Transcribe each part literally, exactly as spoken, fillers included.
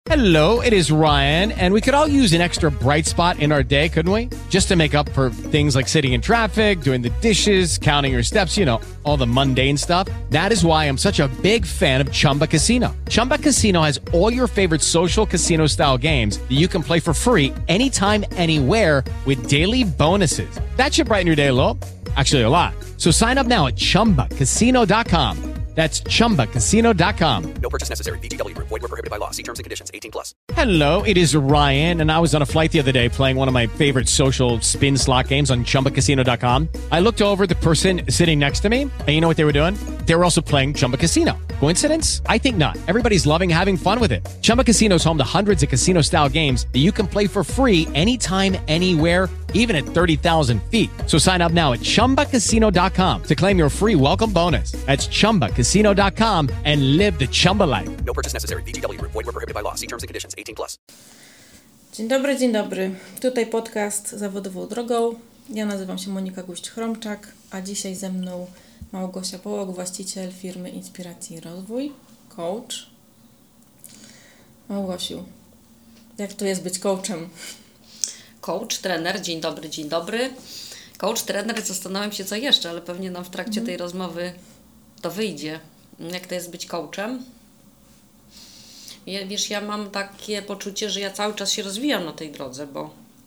Hello, it is Ryan, and we could all use an extra bright spot in our day, couldn't we? Just to make up for things like sitting in traffic, doing the dishes, counting your steps, you know, all the mundane stuff. That is why I'm such a big fan of Chumba Casino. Chumba Casino has all your favorite social casino-style games that you can play for free anytime, anywhere with daily bonuses. That should brighten your day a little. Actually, a lot. So sign up now at chumba casino dot com. That's chumba casino dot com. No purchase necessary. V G W Group. Void where prohibited by law. See terms and conditions. eighteen plus. Hello, it is Ryan, and I was on a flight the other day playing one of my favorite social spin slot games on chumba casino dot com. I looked over at the person sitting next to me, and you know what they were doing? They were also playing Chumba Casino. Coincidence? I think not. Everybody's loving having fun with it. Chumba Casino is home to hundreds of casino-style games that you can play for free anytime, anywhere, even at thirty thousand feet. So sign up now at chumba casino dot com to claim your free welcome bonus. That's chumba casino dot com and live the Chumba life. No purchase necessary. V G W Group. Void where prohibited by law. See terms and conditions. eighteen plus. Dzień dobry, dzień dobry. Tutaj podcast Zawodową Drogą. Ja nazywam się Monika Guść-Chromczak, a dzisiaj ze mną Małgosia Połok, właściciel firmy Inspiracji i Rozwój, coach. Małgosiu, jak to jest być coachem? Coach, trener, dzień dobry, dzień dobry. Coach, trener, zastanawiam się co jeszcze, ale pewnie nam w trakcie mhm. tej rozmowy to wyjdzie. Jak to jest być coachem? Ja, wiesz, ja mam takie poczucie, że ja cały czas się rozwijam na tej drodze, bo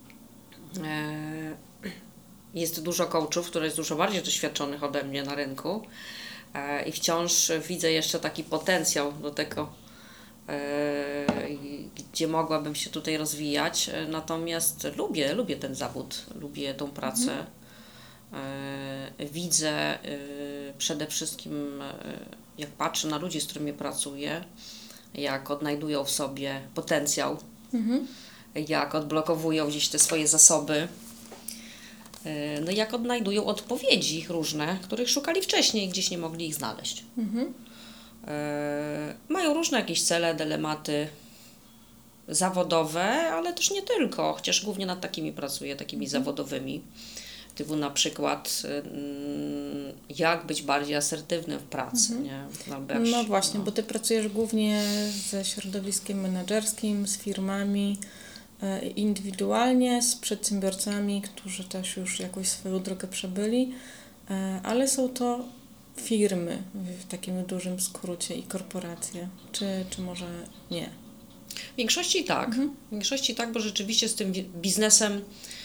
e, jest dużo coachów, które jest dużo bardziej doświadczonych ode mnie na rynku e, i wciąż widzę jeszcze taki potencjał do tego, e, gdzie mogłabym się tutaj rozwijać. Natomiast lubię, lubię ten zawód, lubię tą pracę. Mhm. E, widzę e, przede wszystkim, e, jak patrzę na ludzi, z którymi pracuję, jak odnajdują w sobie potencjał, mhm. jak odblokowują gdzieś te swoje zasoby, no jak odnajdują odpowiedzi różne, których szukali wcześniej, gdzieś nie mogli ich znaleźć. Mhm. E, mają różne jakieś cele, dylematy zawodowe, ale też nie tylko, chociaż głównie nad takimi pracuję, takimi mhm. zawodowymi. Typu na przykład jak być bardziej asertywnym w pracy. Mhm. Nie? Albo jak, no właśnie, no. bo Ty pracujesz głównie ze środowiskiem menedżerskim, z firmami, indywidualnie, z przedsiębiorcami, którzy też już jakąś swoją drogę przebyli, ale są to firmy w takim dużym skrócie i korporacje. Czy, czy może nie? W większości tak. Mhm. W większości tak, bo rzeczywiście z tym biznesem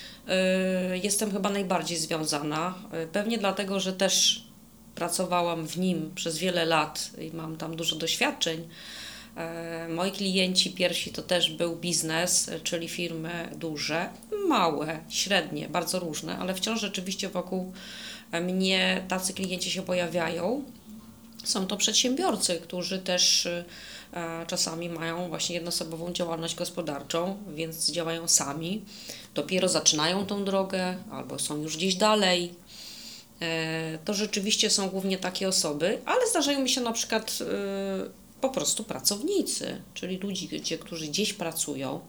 jestem chyba najbardziej związana. Pewnie dlatego, że też pracowałam w nim przez wiele lat i mam tam dużo doświadczeń. Moi klienci pierwsi to też był biznes, czyli firmy duże, małe, średnie, bardzo różne, ale wciąż rzeczywiście wokół mnie tacy klienci się pojawiają. Są to przedsiębiorcy, którzy też czasami mają właśnie jednoosobową działalność gospodarczą, więc działają sami. Dopiero zaczynają tą drogę albo są już gdzieś dalej. To rzeczywiście są głównie takie osoby, ale zdarzają mi się na przykład po prostu pracownicy, czyli ludzie, którzy gdzieś pracują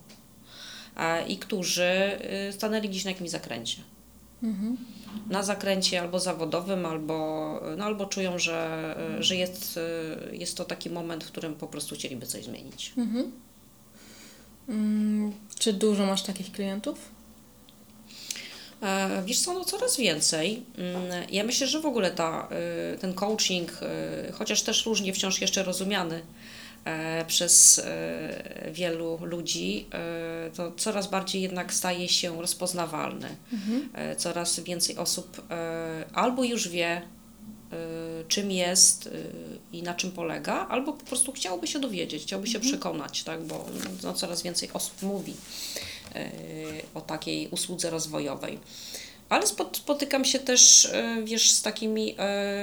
i którzy stanęli gdzieś na jakimś zakręcie. Mhm. Na zakręcie albo zawodowym, albo, no, albo czują, że, że jest, jest to taki moment, w którym po prostu chcieliby coś zmienić. Mhm. Hmm, czy dużo masz takich klientów? E, wiesz co, no coraz więcej. Ja myślę, że w ogóle ta, ten coaching, chociaż też różnie wciąż jeszcze rozumiany e, przez e, wielu ludzi, e, to coraz bardziej jednak staje się rozpoznawalny. Mhm. E, coraz więcej osób e, albo już wie, czym jest i na czym polega, albo po prostu chciałoby się dowiedzieć, chciałoby się mhm. przekonać, tak, bo no, coraz więcej osób mówi o takiej usłudze rozwojowej. Ale spotykam się też, wiesz, z takimi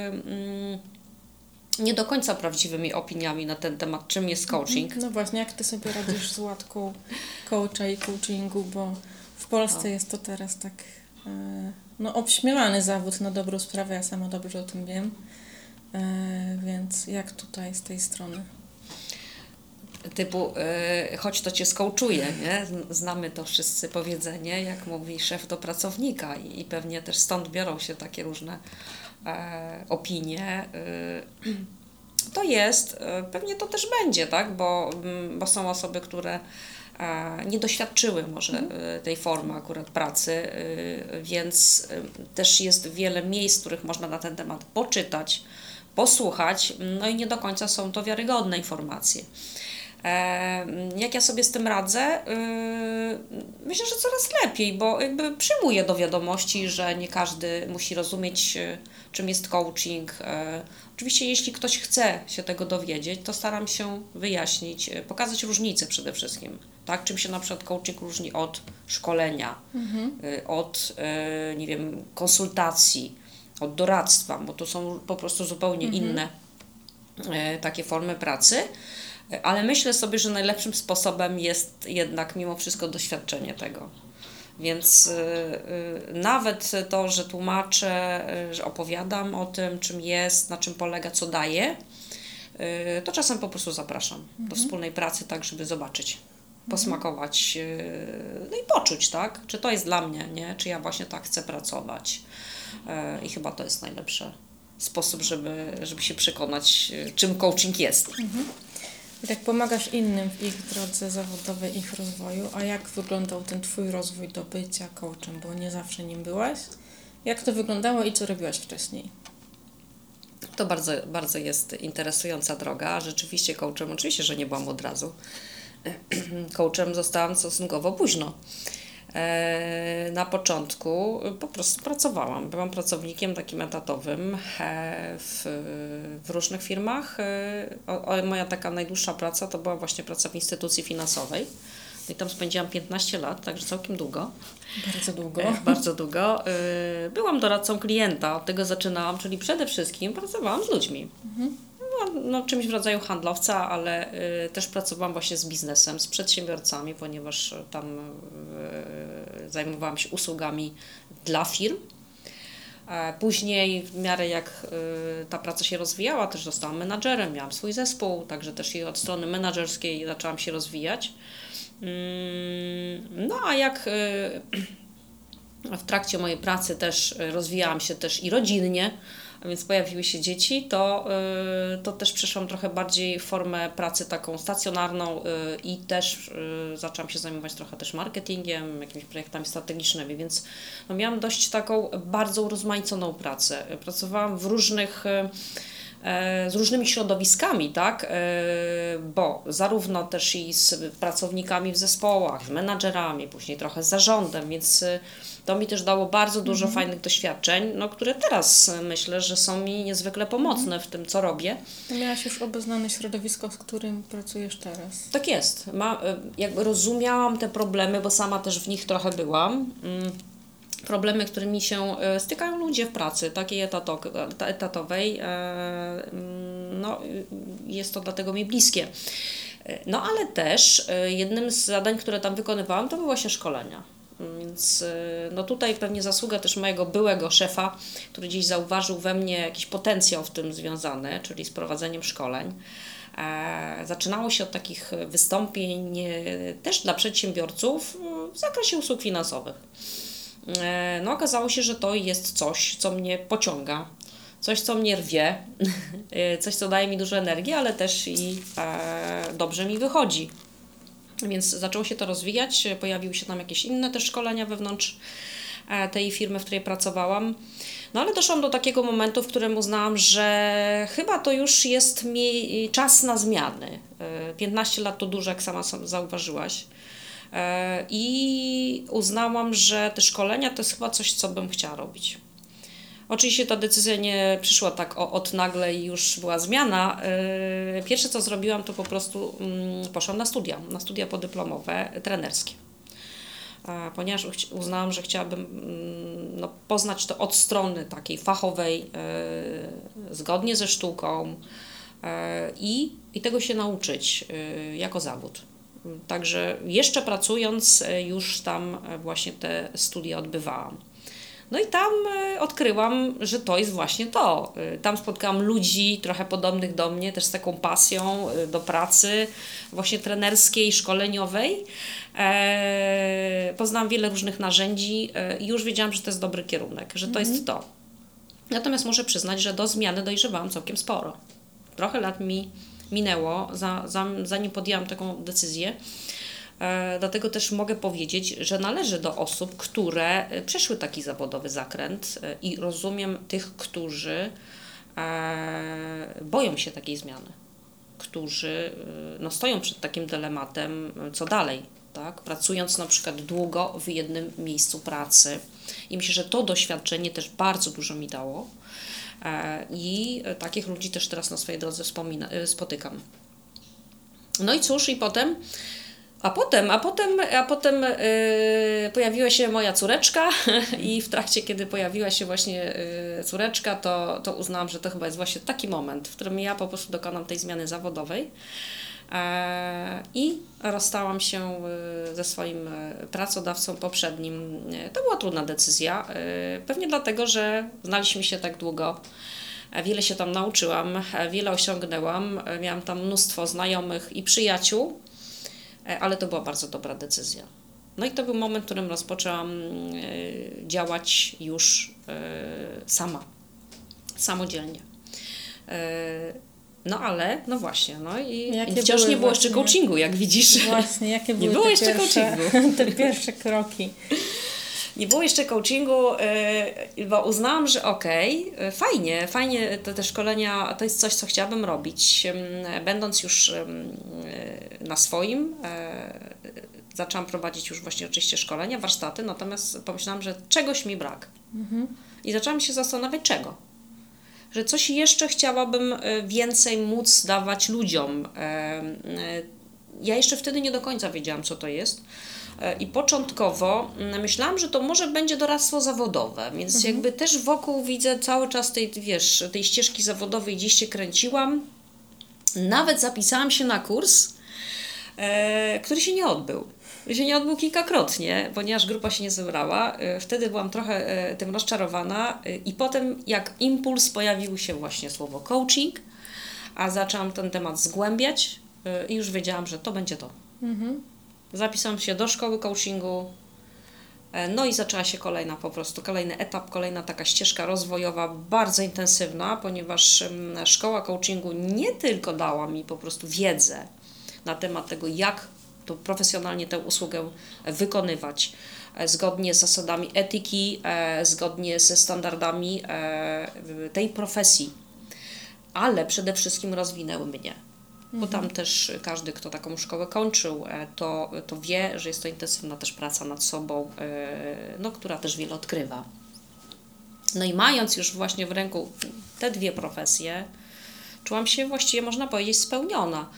nie do końca prawdziwymi opiniami na ten temat, czym jest coaching. No właśnie, jak Ty sobie radzisz z łatką coacha i coachingu, bo w Polsce no. jest to teraz tak no, obśmiewany zawód na dobrą sprawę, ja sama dobrze o tym wiem, więc jak tutaj z tej strony? Typu, yy, chodź to Cię skołczuje, nie? Znamy to wszyscy powiedzenie, jak mówi szef do pracownika i, i pewnie też stąd biorą się takie różne e, opinie. Yy. więc to jest, pewnie to też będzie, tak? Bo, bo są osoby, które nie doświadczyły może tej formy akurat pracy, więc też jest wiele miejsc, w których można na ten temat poczytać, posłuchać, no i nie do końca są to wiarygodne informacje. Jak ja sobie z tym radzę? Myślę, że coraz lepiej, bo jakby przyjmuję do wiadomości, że nie każdy musi rozumieć, czym jest coaching. Oczywiście jeśli ktoś chce się tego dowiedzieć, to staram się wyjaśnić, pokazać różnice przede wszystkim. Tak? Czym się na przykład coaching różni od szkolenia, mhm. od nie wiem, konsultacji, od doradztwa, bo to są po prostu zupełnie mhm. inne takie formy pracy. Ale myślę sobie, że najlepszym sposobem jest jednak mimo wszystko doświadczenie tego. Więc yy, nawet to, że tłumaczę, yy, że opowiadam o tym, czym jest, na czym polega, co daje, yy, to czasem po prostu zapraszam mhm. do wspólnej pracy, tak, żeby zobaczyć, posmakować, yy, no i poczuć, tak, czy to jest dla mnie, nie? Czy ja właśnie tak chcę pracować. Yy, I chyba to jest najlepszy sposób, żeby, żeby się przekonać, yy, czym coaching jest. Mhm. I tak pomagasz innym w ich drodze zawodowej, ich rozwoju, a jak wyglądał ten Twój rozwój do bycia coachem, bo nie zawsze nim byłaś? Jak to wyglądało i co robiłaś wcześniej? To bardzo, bardzo jest interesująca droga. Rzeczywiście coachem, oczywiście, że nie byłam od razu. Coachem zostałam stosunkowo późno. Na początku po prostu pracowałam. Byłam pracownikiem takim etatowym w, w różnych firmach. O, o, moja taka najdłuższa praca to była właśnie praca w instytucji finansowej. No i tam spędziłam piętnaście lat, także całkiem długo. Bardzo długo. Bardzo długo. Byłam doradcą klienta, od tego zaczynałam, czyli przede wszystkim pracowałam z ludźmi. Mhm. No, no, czymś w rodzaju handlowca, ale y, też pracowałam właśnie z biznesem, z przedsiębiorcami, ponieważ tam y, zajmowałam się usługami dla firm. E, później w miarę jak y, ta praca się rozwijała, też zostałam menadżerem, miałam swój zespół, także też i od strony menadżerskiej zaczęłam się rozwijać. Y, no a jak y, w trakcie mojej pracy też rozwijałam się też i rodzinnie, a więc pojawiły się dzieci, to, yy, to też przeszłam trochę bardziej w formę pracy taką stacjonarną yy, i też yy, zaczęłam się zajmować trochę też marketingiem, jakimiś projektami strategicznymi, więc no, miałam dość taką bardzo urozmaiconą pracę. Pracowałam w różnych z różnymi środowiskami, tak, bo zarówno też i z pracownikami w zespołach, z menadżerami, później trochę z zarządem, więc to mi też dało bardzo dużo mhm. fajnych doświadczeń, no, które teraz myślę, że są mi niezwykle pomocne mhm. w tym, co robię. Miałaś już obeznane środowisko, z którym pracujesz teraz. Tak jest. Ma, jakby rozumiałam te problemy, bo sama też w nich trochę byłam. Problemy, którymi się stykają ludzie w pracy, takiej etatowej, no jest to dlatego mi bliskie. No ale też jednym z zadań, które tam wykonywałam, to były właśnie szkolenia. Więc no tutaj pewnie zasługa też mojego byłego szefa, który gdzieś zauważył we mnie jakiś potencjał w tym związany, czyli z prowadzeniem szkoleń. Zaczynało się od takich wystąpień też dla przedsiębiorców w zakresie usług finansowych. No okazało się, że to jest coś, co mnie pociąga, coś, co mnie rwie, coś, co daje mi dużo energii, ale też i e, dobrze mi wychodzi. Więc zaczęło się to rozwijać, pojawiły się tam jakieś inne też szkolenia wewnątrz e, tej firmy, w której pracowałam. No ale doszłam do takiego momentu, w którym uznałam, że chyba to już jest mi czas na zmiany. E, piętnaście lat to dużo, jak sama zauważyłaś. I uznałam, że te szkolenia to jest chyba coś, co bym chciała robić. Oczywiście ta decyzja nie przyszła tak od nagle i już była zmiana. Pierwsze, co zrobiłam, to po prostu poszłam na studia, na studia podyplomowe trenerskie. Ponieważ uznałam, że chciałabym no, poznać to od strony takiej fachowej, zgodnie ze sztuką i, i tego się nauczyć jako zawód. Także jeszcze pracując już tam właśnie te studia odbywałam. No i tam odkryłam, że to jest właśnie to. Tam spotkałam ludzi trochę podobnych do mnie, też z taką pasją do pracy właśnie trenerskiej, szkoleniowej. Poznałam wiele różnych narzędzi i już wiedziałam, że to jest dobry kierunek, że to mhm. jest to. Natomiast muszę przyznać, że do zmiany dojrzewałam całkiem sporo. trochę lat mi minęło, za, za, zanim podjęłam taką decyzję. E, dlatego też mogę powiedzieć, że należę do osób, które przeszły taki zawodowy zakręt e, i rozumiem tych, którzy e, boją się takiej zmiany, którzy e, no, stoją przed takim dylematem, co dalej, tak? Pracując na przykład długo w jednym miejscu pracy. I myślę, że to doświadczenie też bardzo dużo mi dało. I takich ludzi też teraz na swojej drodze wspomina, spotykam. No i cóż, i potem, a potem, a potem, a potem yy, pojawiła się moja córeczka i w trakcie, kiedy pojawiła się właśnie yy, córeczka, to, to uznałam, że to chyba jest właśnie taki moment, w którym ja po prostu dokonam tej zmiany zawodowej. I rozstałam się ze swoim pracodawcą poprzednim. To była trudna decyzja, pewnie dlatego, że znaliśmy się tak długo, wiele się tam nauczyłam, wiele osiągnęłam, miałam tam mnóstwo znajomych i przyjaciół, ale to była bardzo dobra decyzja. No i to był moment, w którym rozpoczęłam działać już sama, samodzielnie. No ale, no właśnie, no i Jakie wciąż nie było właśnie, jeszcze coachingu, jak widzisz. Właśnie, jakie były nie było te, jeszcze pierwsze, coachingu. te pierwsze kroki? Nie było jeszcze coachingu, bo uznałam, że okej, okay, fajnie, fajnie te, te szkolenia, to jest coś, co chciałabym robić. Będąc już na swoim, zaczęłam prowadzić już właśnie oczywiście szkolenia, warsztaty, natomiast pomyślałam, że czegoś mi brak. Mhm. I zaczęłam się zastanawiać, czego. Że coś jeszcze chciałabym więcej móc dawać ludziom. Ja jeszcze wtedy nie do końca wiedziałam, co to jest. I początkowo myślałam, że to może będzie doradztwo zawodowe, więc mhm. jakby też wokół widzę cały czas tej, wiesz, tej ścieżki zawodowej gdzieś się kręciłam. Nawet zapisałam się na kurs, który się nie odbył. się nie odbył kilkakrotnie, ponieważ grupa się nie zebrała. Wtedy byłam trochę tym rozczarowana i potem jak impuls pojawił się właśnie słowo coaching, a zaczęłam ten temat zgłębiać i już wiedziałam, że to będzie to. Mhm. Zapisałam się do szkoły coachingu, no i zaczęła się kolejna po prostu, kolejny etap, kolejna taka ścieżka rozwojowa, bardzo intensywna, ponieważ szkoła coachingu nie tylko dała mi po prostu wiedzę na temat tego, jak to profesjonalnie tę usługę wykonywać, zgodnie z zasadami etyki, zgodnie ze standardami tej profesji, ale przede wszystkim rozwinęły mnie. Bo tam też każdy, kto taką szkołę kończył, to, to wie, że jest to intensywna też praca nad sobą, no, która też wiele odkrywa. No i mając już właśnie w ręku te dwie profesje, czułam się właściwie, można powiedzieć, spełniona.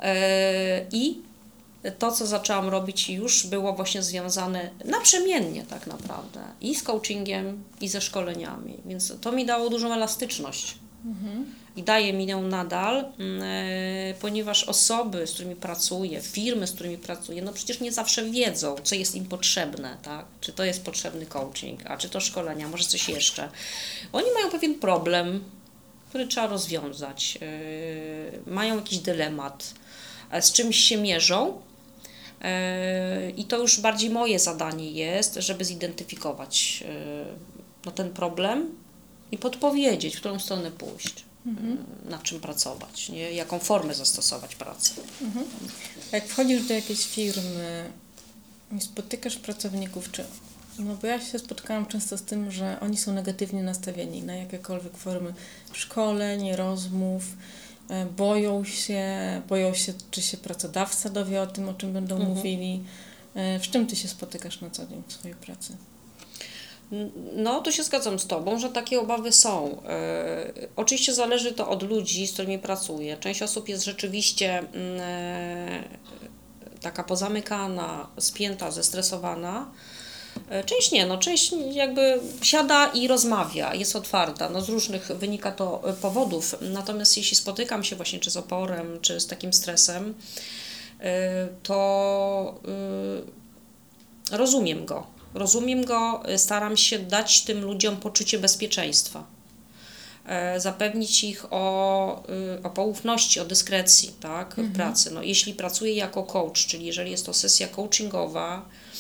I to, co zaczęłam robić już było właśnie związane naprzemiennie tak naprawdę i z coachingiem, i ze szkoleniami, więc to mi dało dużą elastyczność. Mhm. I daje mi ją nadal, yy, ponieważ osoby, z którymi pracuję, firmy, z którymi pracuję, no przecież nie zawsze wiedzą, co jest im potrzebne, tak? Czy to jest potrzebny coaching, a czy to szkolenia, może coś jeszcze. Oni mają pewien problem, który trzeba rozwiązać, yy, mają jakiś dylemat, z czymś się mierzą, yy, i to już bardziej moje zadanie jest, żeby zidentyfikować yy, no, ten problem i podpowiedzieć, w którą stronę pójść. Mhm. Nad czym pracować, nie? Jaką formę zastosować pracy. Mhm. Jak wchodzisz do jakiejś firmy i spotykasz pracowników, czy, no bo ja się spotkałam często z tym, że oni są negatywnie nastawieni na jakiekolwiek formy szkoleń, rozmów, boją się, boją się, czy się pracodawca dowie o tym, o czym będą mhm. mówili. Z czym ty się spotykasz na co dzień w swojej pracy? No, tu się zgadzam z Tobą, że takie obawy są. Yy, oczywiście zależy to od ludzi, z którymi pracuję. Część osób jest rzeczywiście yy, taka pozamykana, spięta, zestresowana. Yy, część nie, no część jakby siada i rozmawia, jest otwarta. No, z różnych wynika to powodów. Natomiast jeśli spotykam się właśnie czy z oporem, czy z takim stresem, yy, to yy, rozumiem go. Rozumiem go, staram się dać tym ludziom poczucie bezpieczeństwa, zapewnić ich o, o poufności, o dyskrecji, tak, w mhm. pracy. No, jeśli pracuję jako coach, czyli jeżeli jest to sesja coachingowa,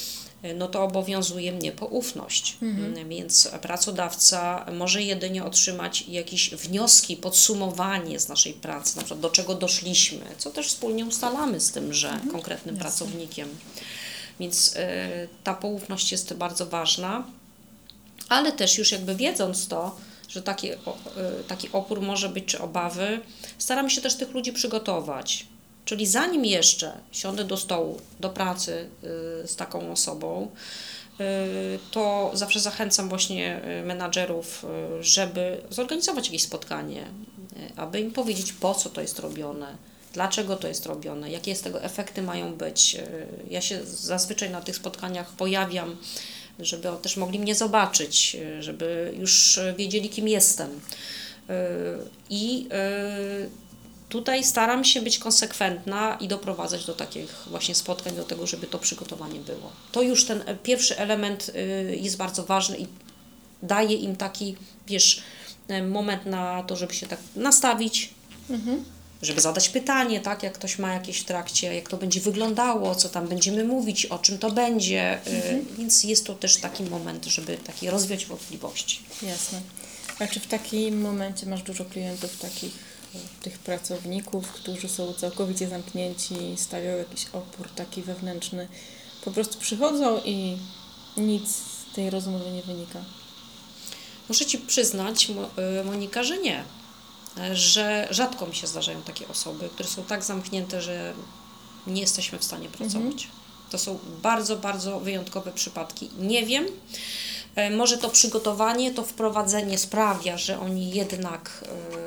no to obowiązuje mnie poufność. Mhm. Więc pracodawca może jedynie otrzymać jakieś wnioski, podsumowanie z naszej pracy, na przykład do czego doszliśmy, co też wspólnie ustalamy z tymże mhm. konkretnym Jasne. pracownikiem. Więc y, ta poufność jest bardzo ważna, ale też już jakby wiedząc to, że taki, y, taki opór może być, czy obawy, staramy się też tych ludzi przygotować. Czyli zanim jeszcze siądę do stołu, do pracy y, z taką osobą, y, to zawsze zachęcam właśnie menadżerów, y, żeby zorganizować jakieś spotkanie, y, aby im powiedzieć, po co to jest robione, dlaczego to jest robione, jakie z tego efekty mają być. Y, ja się zazwyczaj na tych spotkaniach pojawiam, żeby też mogli mnie zobaczyć, y, żeby już wiedzieli, kim jestem. Y, I y, Tutaj staram się być konsekwentna i doprowadzać do takich właśnie spotkań, do tego, żeby to przygotowanie było. To już ten pierwszy element jest bardzo ważny i daje im taki, wiesz, moment na to, żeby się tak nastawić, mhm. żeby zadać pytanie, tak, jak ktoś ma jakieś w trakcie, jak to będzie wyglądało, co tam będziemy mówić, o czym to będzie, mhm. więc jest to też taki moment, żeby taki rozwiać wątpliwości. Jasne. A czy w takim momencie masz dużo klientów takich, tych pracowników, którzy są całkowicie zamknięci, stawiają jakiś opór taki wewnętrzny, po prostu przychodzą i nic z tej rozmowy nie wynika? Muszę Ci przyznać, Monika, że nie. Że rzadko mi się zdarzają takie osoby, które są tak zamknięte, że nie jesteśmy w stanie pracować. Mhm. To są bardzo, bardzo wyjątkowe przypadki. Nie wiem, może to przygotowanie, to wprowadzenie sprawia, że oni jednak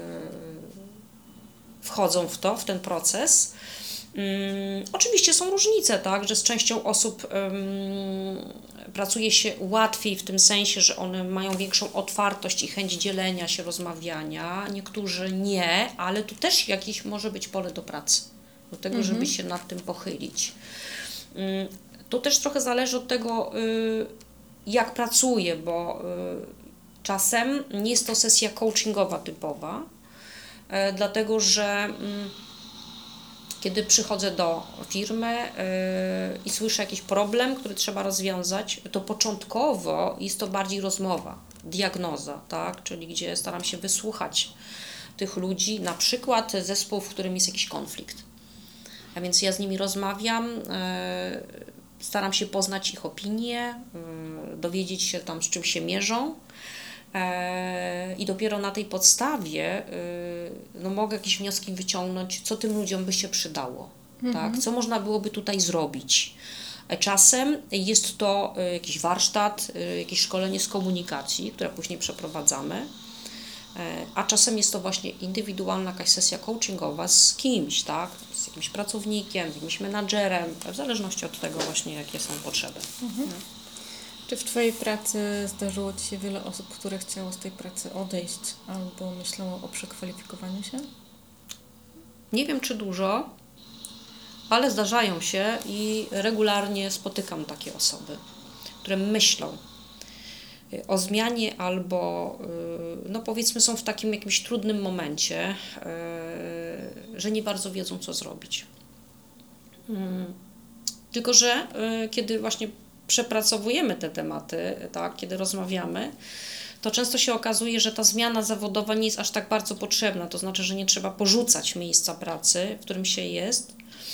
wchodzą w to, w ten proces. Um, oczywiście są różnice, tak, że z częścią osób um, pracuje się łatwiej w tym sensie, że one mają większą otwartość i chęć dzielenia się, rozmawiania. Niektórzy nie, ale tu też jakieś może być pole do pracy, do tego, mhm. żeby się nad tym pochylić. Um, to też trochę zależy od tego, y, jak pracuję, bo y, czasem nie jest to sesja coachingowa typowa, dlatego że kiedy przychodzę do firmy i słyszę jakiś problem, który trzeba rozwiązać, to początkowo jest to bardziej rozmowa, diagnoza, tak? Czyli gdzie staram się wysłuchać tych ludzi, na przykład zespół, w którym jest jakiś konflikt. A więc ja z nimi rozmawiam, staram się poznać ich opinie, dowiedzieć się tam, z czym się mierzą. I dopiero na tej podstawie no, mogę jakieś wnioski wyciągnąć, co tym ludziom by się przydało, mhm. tak? Co można byłoby tutaj zrobić. Czasem jest to jakiś warsztat, jakieś szkolenie z komunikacji, które później przeprowadzamy, a czasem jest to właśnie indywidualna jakaś sesja coachingowa z kimś, tak? Z jakimś pracownikiem, z jakimś menadżerem, w zależności od tego właśnie, jakie są potrzeby. Mhm. No. Czy w Twojej pracy zdarzyło Ci się wiele osób, które chciało z tej pracy odejść albo myślało o przekwalifikowaniu się? Nie wiem, czy dużo, ale zdarzają się i regularnie spotykam takie osoby, które myślą o zmianie albo, no powiedzmy, są w takim jakimś trudnym momencie, że nie bardzo wiedzą, co zrobić. Tylko że kiedy właśnie przepracowujemy te tematy, tak, kiedy rozmawiamy, to często się okazuje, że ta zmiana zawodowa nie jest aż tak bardzo potrzebna, to znaczy, że nie trzeba porzucać miejsca pracy, w którym się jest,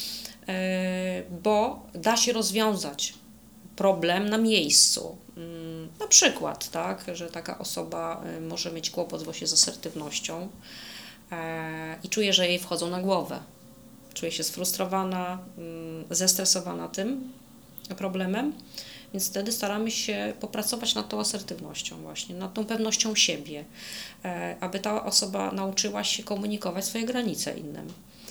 bo da się rozwiązać problem na miejscu. Na przykład, tak, że taka osoba może mieć kłopot właśnie z asertywnością i czuje, że jej wchodzą na głowę. Czuje się sfrustrowana, zestresowana tym problemem, więc wtedy staramy się popracować nad tą asertywnością właśnie, nad tą pewnością siebie, aby ta osoba nauczyła się komunikować swoje granice innym.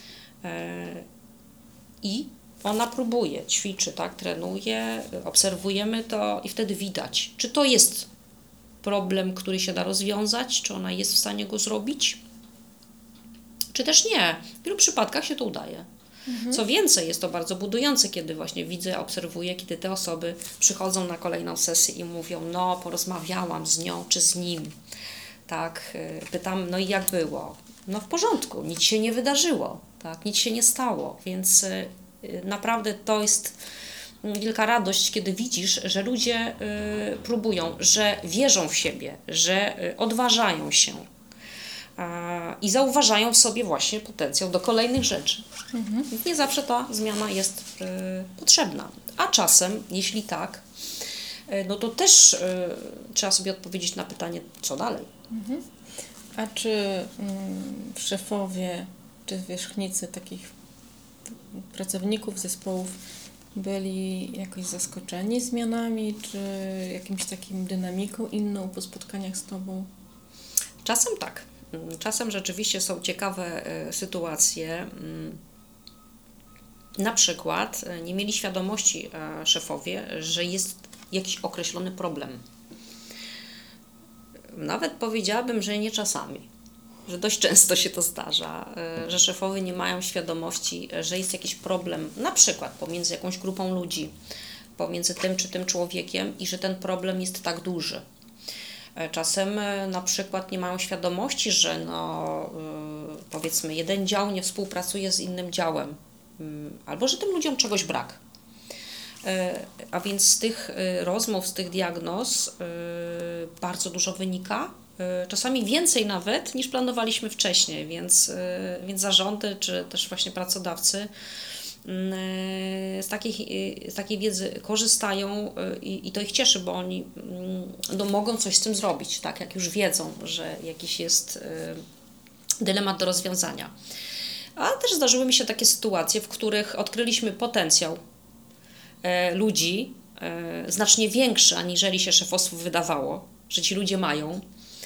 I ona próbuje, ćwiczy, tak, trenuje, obserwujemy to i wtedy widać, czy to jest problem, który się da rozwiązać, czy ona jest w stanie go zrobić, czy też nie. W wielu przypadkach się to udaje. Mhm. Co więcej, jest to bardzo budujące, kiedy właśnie widzę, obserwuję, kiedy te osoby przychodzą na kolejną sesję i mówią, no porozmawiałam z nią czy z nim, tak, pytam, no i jak było? No w porządku, nic się nie wydarzyło, tak, nic się nie stało, więc naprawdę to jest wielka radość, kiedy widzisz, że ludzie y, próbują, że wierzą w siebie, że y, odważają się y, i zauważają w sobie właśnie potencjał do kolejnych rzeczy. Mhm. Nie zawsze ta zmiana jest y, potrzebna. A czasem, jeśli tak, y, no to też y, trzeba sobie odpowiedzieć na pytanie, co dalej. Mhm. A czy mm, szefowie, czy wierzchnicy takich pracowników, zespołów byli jakoś zaskoczeni zmianami, czy jakimś takim dynamiką inną po spotkaniach z Tobą? Czasem tak. Czasem rzeczywiście są ciekawe y, sytuacje. Y, na przykład y, nie mieli świadomości y, szefowie, że jest jakiś określony problem. Nawet powiedziałabym, że nie czasami, że dość często się to zdarza, że szefowie nie mają świadomości, że jest jakiś problem, na przykład pomiędzy jakąś grupą ludzi, pomiędzy tym czy tym człowiekiem i że ten problem jest tak duży. Czasem na przykład nie mają świadomości, że no, powiedzmy jeden dział nie współpracuje z innym działem, albo że tym ludziom czegoś brak. A więc z tych rozmów, z tych diagnoz bardzo dużo wynika, czasami więcej nawet niż planowaliśmy wcześniej, więc, więc zarządy czy też właśnie pracodawcy z takiej, z takiej wiedzy korzystają i, i to ich cieszy, bo oni no, mogą coś z tym zrobić, tak, jak już wiedzą, że jakiś jest dylemat do rozwiązania. A też zdarzyły mi się takie sytuacje, w których odkryliśmy potencjał ludzi e, znacznie większy, aniżeli się szefostwu wydawało, że ci ludzie mają.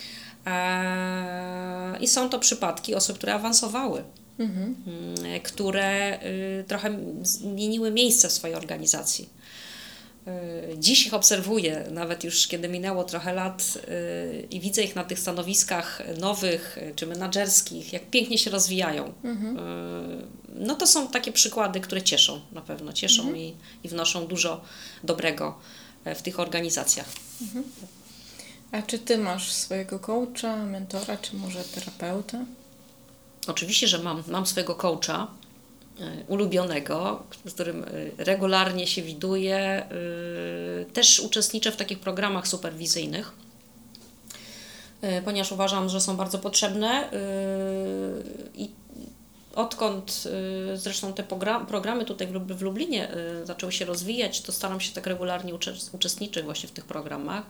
E, I są to przypadki osób, które awansowały, mhm. e, które e, trochę zmieniły miejsce w swojej organizacji. E, dziś ich obserwuję, nawet już kiedy minęło trochę lat e, i widzę ich na tych stanowiskach nowych czy menadżerskich, jak pięknie się rozwijają. Mhm. E, No to są takie przykłady, które cieszą, na pewno cieszą mhm. i, i wnoszą dużo dobrego w tych organizacjach. Mhm. A czy Ty masz swojego coacha, mentora, czy może terapeutę? Oczywiście, że mam, mam swojego coacha y, ulubionego, z którym y, regularnie się widuję. Y, też uczestniczę w takich programach superwizyjnych, y, ponieważ uważam, że są bardzo potrzebne y, i odkąd y, zresztą te program, programy tutaj w, w Lublinie y, zaczęły się rozwijać, to staram się tak regularnie uczest, uczestniczyć właśnie w tych programach.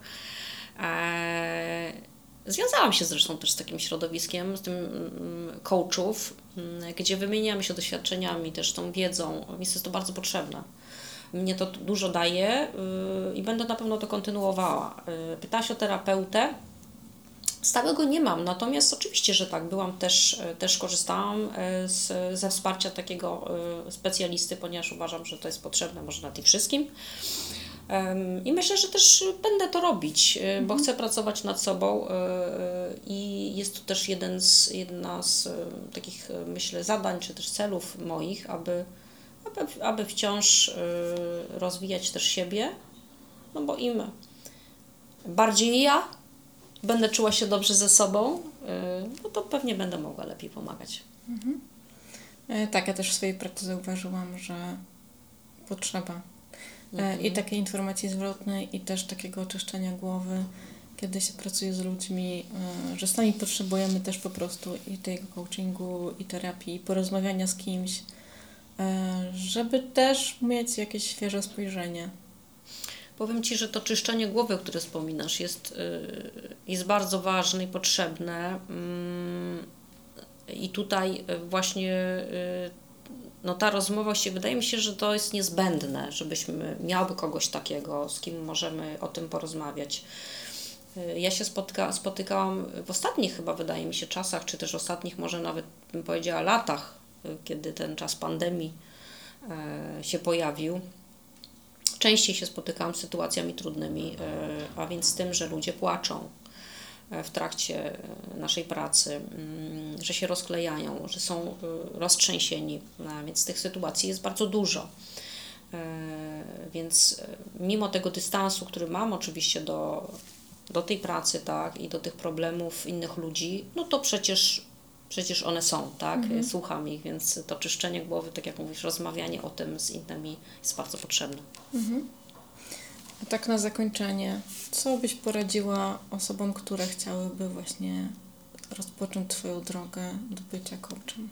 E, związałam się zresztą też z takim środowiskiem, z tym y, coachów, y, gdzie wymieniamy się doświadczeniami, też tą wiedzą, więc jest to bardzo potrzebne. Mnie to dużo daje y, i będę na pewno to kontynuowała. Y, pytałaś o terapeutę. Stałego nie mam, natomiast oczywiście, że tak, byłam też, też korzystałam z, ze wsparcia takiego specjalisty, ponieważ uważam, że to jest potrzebne może na tym wszystkim. I myślę, że też będę to robić, mhm. bo chcę pracować nad sobą i jest to też jeden z, jedna z takich, myślę, zadań czy też celów moich, aby, aby, aby wciąż rozwijać też siebie, no bo im bardziej ja będę czuła się dobrze ze sobą, no to pewnie będę mogła lepiej pomagać. Mhm. E, tak, ja też w swojej pracy zauważyłam, że potrzeba mhm. e, i takiej informacji zwrotnej, i też takiego oczyszczenia głowy, kiedy się pracuje z ludźmi, e, że sami potrzebujemy też po prostu i tego coachingu, i terapii, i porozmawiania z kimś, e, żeby też mieć jakieś świeże spojrzenie. Powiem Ci, że to czyszczenie głowy, o którym wspominasz, jest, jest bardzo ważne i potrzebne. I tutaj właśnie no, ta rozmowa, właściwie wydaje mi się, że to jest niezbędne, żebyśmy miały kogoś takiego, z kim możemy o tym porozmawiać. Ja się spotyka, spotykałam w ostatnich chyba, wydaje mi się, czasach, czy też ostatnich może nawet bym powiedziała latach, kiedy ten czas pandemii się pojawił. Częściej się spotykałam z sytuacjami trudnymi, a więc z tym, że ludzie płaczą w trakcie naszej pracy, że się rozklejają, że są roztrzęsieni, a więc tych sytuacji jest bardzo dużo. Więc mimo tego dystansu, który mam oczywiście do, do tej pracy, tak, i do tych problemów innych ludzi, no to przecież Przecież one są, tak? Mhm. Słucham ich, więc to czyszczenie głowy, tak jak mówisz, rozmawianie o tym z innymi jest bardzo potrzebne. Mhm. A tak na zakończenie, co byś poradziła osobom, które chciałyby właśnie rozpocząć Twoją drogę do bycia coachem?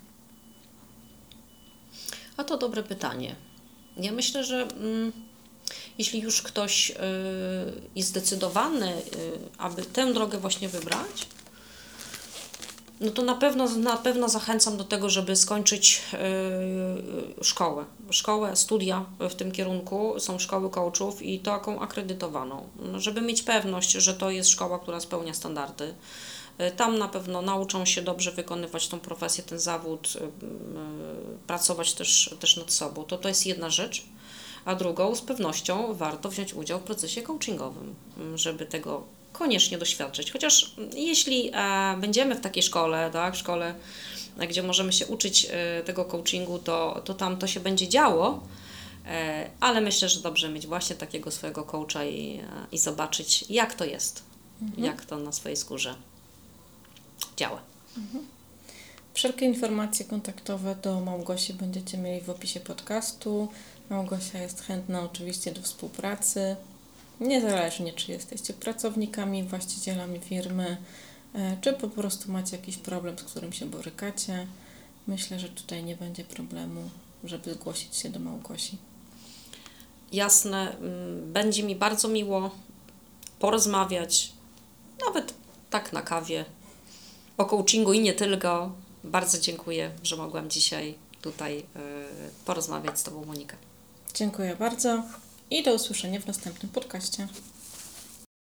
A to dobre pytanie. Ja myślę, że mm, jeśli już ktoś y, jest zdecydowany, y, aby tę drogę właśnie wybrać, no to na pewno, na pewno zachęcam do tego, żeby skończyć y, szkołę. Szkołę, studia w tym kierunku, są szkoły coachów i taką akredytowaną, żeby mieć pewność, że to jest szkoła, która spełnia standardy. Tam na pewno nauczą się dobrze wykonywać tą profesję, ten zawód, yy, pracować też, też nad sobą. To, to jest jedna rzecz. A drugą, z pewnością warto wziąć udział w procesie coachingowym, żeby tego koniecznie doświadczyć. Chociaż jeśli e, będziemy w takiej szkole, tak, w szkole, gdzie możemy się uczyć e, tego coachingu, to, to tam to się będzie działo, e, ale myślę, że dobrze mieć właśnie takiego swojego coacha i, i zobaczyć, jak to jest, mhm. jak to na swojej skórze działa. Mhm. Wszelkie informacje kontaktowe do Małgosi będziecie mieli w opisie podcastu. Małgosia jest chętna oczywiście do współpracy, niezależnie czy jesteście pracownikami, właścicielami firmy, czy po prostu macie jakiś problem, z którym się borykacie. Myślę, że tutaj nie będzie problemu, żeby zgłosić się do Małgosi. Jasne, będzie mi bardzo miło porozmawiać, nawet tak na kawie, o coachingu i nie tylko. Bardzo dziękuję, że mogłam dzisiaj tutaj porozmawiać z Tobą, Monika. Dziękuję bardzo i do usłyszenia w następnym podcaście.